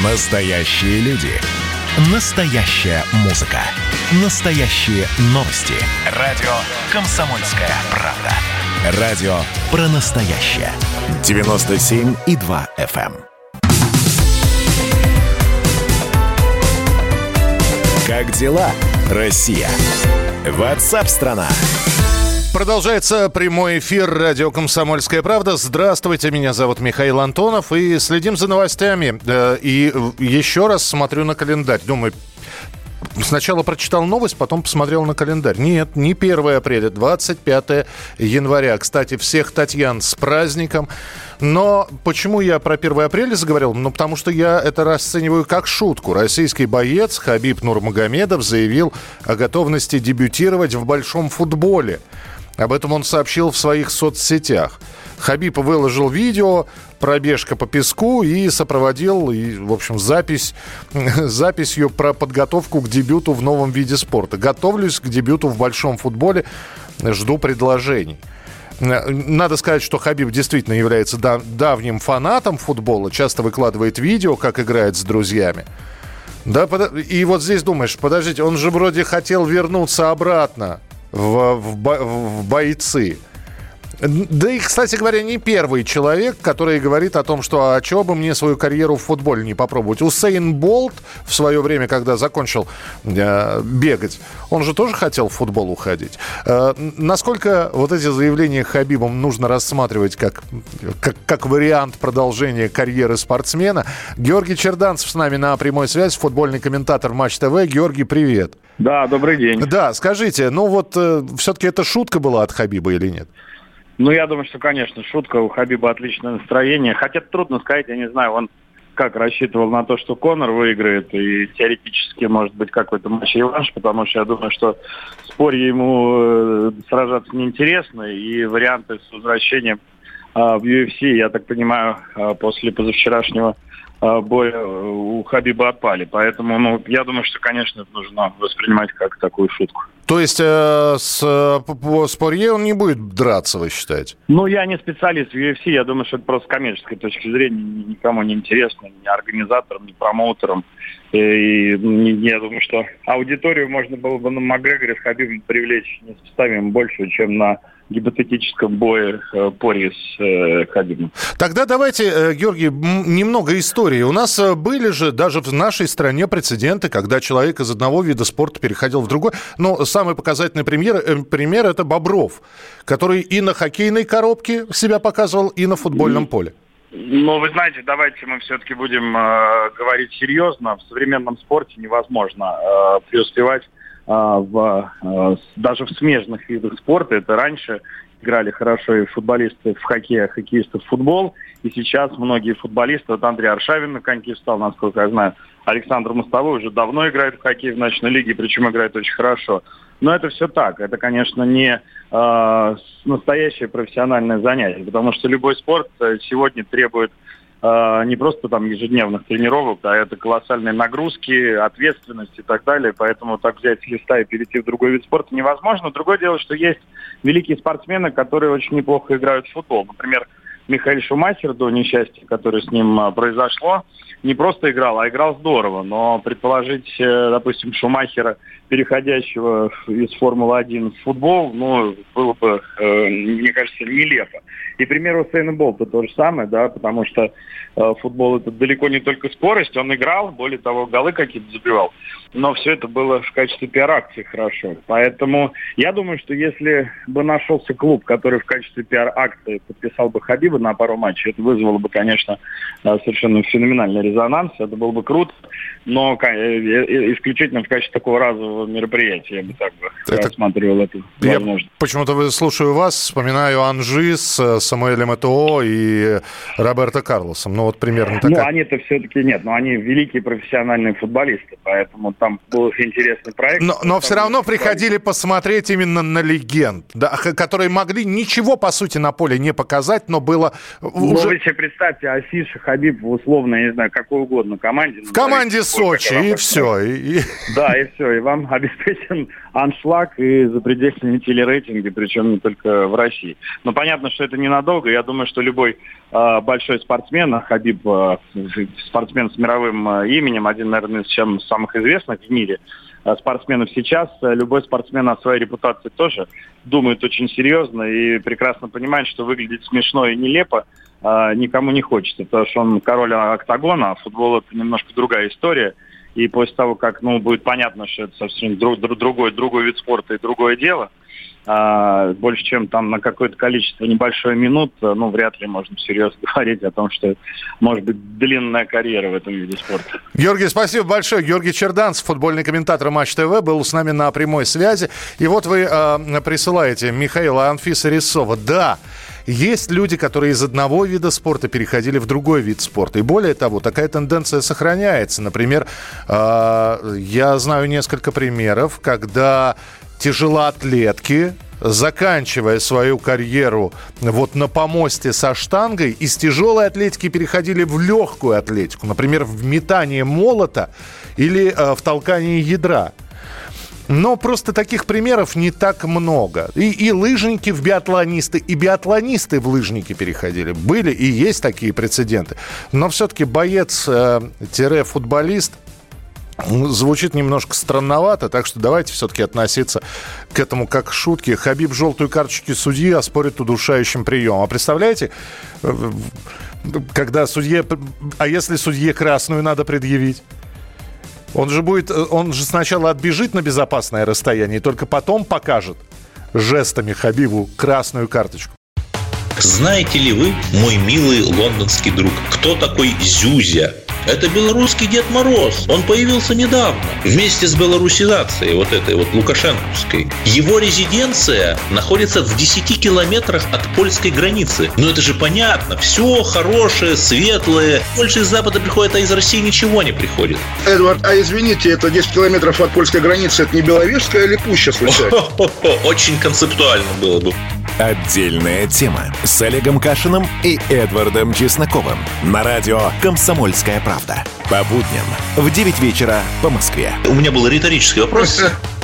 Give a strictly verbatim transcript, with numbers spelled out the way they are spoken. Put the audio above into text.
Настоящие люди. Настоящая музыка. Настоящие новости. Радио «Комсомольская правда». Радио про настоящее. девяносто семь и два эф эм. Как дела, Россия? Ватсап-страна! Продолжается прямой эфир радио «Комсомольская правда». Здравствуйте, меня зовут Михаил Антонов. И следим за новостями. И еще раз смотрю на календарь. Думаю, сначала прочитал новость, потом посмотрел на календарь. Нет, не первое апреля, двадцать пятое января. Кстати, всех Татьян с праздником. Но почему я про первое апреля заговорил? Ну, потому что я это расцениваю как шутку. Российский боец Хабиб Нурмагомедов заявил о готовности дебютировать в большом футболе. Об этом он сообщил в своих соцсетях. Хабиб выложил видео, пробежка по песку, и сопроводил, и, в общем, запись, записью про подготовку к дебюту в новом виде спорта. Готовлюсь к дебюту в большом футболе, жду предложений. Надо сказать, что Хабиб действительно является дав- давним фанатом футбола, часто выкладывает видео, как играет с друзьями. Да, под... И вот здесь думаешь, подождите, он же вроде хотел вернуться обратно в, в, бо... в бойцы. Да и, кстати говоря, не первый человек, который говорит о том, что а чего бы мне свою карьеру в футболе не попробовать. Усейн Болт в свое время, когда закончил э, бегать, он же тоже хотел в футбол уходить. Э, насколько вот эти заявления Хабибом нужно рассматривать как, как, как вариант продолжения карьеры спортсмена? Георгий Черданцев с нами на прямой связи, футбольный комментатор Матч ТВ. Георгий, привет. Да, добрый день. Да, скажите, ну вот э, все-таки это шутка была от Хабиба или нет? Ну, я думаю, что, конечно, шутка. У Хабиба отличное настроение. Хотя трудно сказать, я не знаю, он как рассчитывал на то, что Конор выиграет. И теоретически, может быть, какой-то матч-реванш, потому что я думаю, что в споре ему сражаться неинтересно. И варианты с возвращением а, в ю эф си, я так понимаю, а, после позавчерашнего а, боя у Хабиба отпали. Поэтому, ну, я думаю, что, конечно, это нужно воспринимать как такую шутку. То есть э, с, с Порье он не будет драться, вы считаете? Ну, я не специалист в ю эф си, я думаю, что это просто с коммерческой точки зрения никому не интересно, ни организаторам, ни промоутерам. И, и я думаю, что аудиторию можно было бы на Макгрегоре с Хабибом привлечь несопоставимо больше, чем на гипотетическом бое э, Порье с э, Хабибом. Тогда давайте, э, Георгий, м- немного истории. У нас э, были же даже в нашей стране прецеденты, когда человек из одного вида спорта переходил в другой. Но самый показательный пример, э, пример – это Бобров, который и на хоккейной коробке себя показывал, и на футбольном поле. Ну, вы знаете, давайте мы все-таки будем э, говорить серьезно. В современном спорте невозможно э, преуспевать В, даже в смежных видах спорта. Это раньше играли хорошо и футболисты в хоккей, а хоккеисты в футбол. И сейчас многие футболисты, вот Андрей Аршавин на коньки встал, насколько я знаю, Александр Мостовой уже давно играет в хоккей в ночной лиге, причем играет очень хорошо. Но это все так. Это, конечно, не э, настоящее профессиональное занятие, потому что любой спорт сегодня требует не просто там ежедневных тренировок, а это колоссальные нагрузки, ответственность и так далее. Поэтому так взять с листа и перейти в другой вид спорта невозможно. Другое дело, что есть великие спортсмены, которые очень неплохо играют в футбол. Например, Михаэль Шумахер до несчастья, которое с ним произошло, не просто играл, а играл здорово. Но предположить, допустим, Шумахера, переходящего из Формулы один в футбол, ну, было бы, мне кажется, нелепо. И пример Усейна Болта то же самое, да, потому что э, футбол это далеко не только скорость, он играл, более того, голы какие-то забивал. Но все это было в качестве пиар-акции хорошо. Поэтому я думаю, что если бы нашелся клуб, который в качестве пиар-акции подписал бы Хабиба на пару матчей, это вызвало бы, конечно, совершенно феноменальный резонанс, это было бы круто, но исключительно в качестве такого разового мероприятия я бы так бы это... рассматривал эту возможность. Я почему-то слушаю вас, вспоминаю Анжи с Самуэлем Этоо и Роберто Карлосом. Ну, вот примерно такая... Ну, они-то все-таки нет, но они великие профессиональные футболисты, поэтому там был интересный проект. Но, но все равно приходили посмотреть именно на легенд, да, которые могли ничего, по сути, на поле не показать, но было дела. Ну, Уже... вы себе представьте, афиша Хабиб в условно, я не знаю, какой угодно команде. В команде Сочи, и все. И... Да, и все. И вам обеспечен аншлаг и запредельные телерейтинги, причем не только в России. Но понятно, что это ненадолго. Я думаю, что любой э, большой спортсмен, а Хабиб э, спортсмен с мировым э, именем, один, наверное, из самых известных в мире э, спортсменов сейчас, э, любой спортсмен о своей репутации тоже думает очень серьезно и прекрасно понимает, что выглядит смешно и нелепо э, никому не хочется, потому что он король октагона, а футбол — это немножко другая история. И после того, как ну, будет понятно, что это совсем друг, друг, другой, другой вид спорта и другое дело, а, больше чем там на какое-то количество небольшое минут, ну, вряд ли можно серьезно говорить о том, что может быть длинная карьера в этом виде спорта. Георгий, спасибо большое. Георгий Черданцев, футбольный комментатор Матч ТВ, был с нами на прямой связи. И вот вы э, присылаете Михаила Анфиса Рисова. Да, есть люди, которые из одного вида спорта переходили в другой вид спорта. И более того, такая тенденция сохраняется. Например, э, я знаю несколько примеров, когда тяжелоатлетки, заканчивая свою карьеру вот на помосте со штангой, из тяжелой атлетики переходили в легкую атлетику. Например, в метании молота или э, в толкании ядра. Но просто таких примеров не так много. И, и лыжники в биатлонисты, и биатлонисты в лыжники переходили. Были и есть такие прецеденты. Но все-таки боец-футболист звучит немножко странновато, так что давайте все-таки относиться к этому как к шутке. Хабиб желтую карточку судьи оспорит удушающим приемом. А представляете, когда судье... А если судье красную надо предъявить? Он же будет, он же сначала отбежит на безопасное расстояние, и только потом покажет жестами Хабибу красную карточку. Знаете ли вы, мой милый лондонский друг, кто такой Зюзя? Это белорусский Дед Мороз. Он появился недавно. Вместе с белорусизацией, вот этой вот лукашенковской. Его резиденция находится в десяти километрах от польской границы. Но это же понятно. Все хорошее, светлое. Больше из Запада приходит, а из России ничего не приходит. Эдвард, а извините, это десять километров от польской границы. Это не Беловежская или Пуща случайно? Очень концептуально было бы. Отдельная тема с Олегом Кашиным и Эдвардом Чесноковым на радио «Комсомольская правда». По будням в девять вечера по Москве. У меня был риторический вопрос.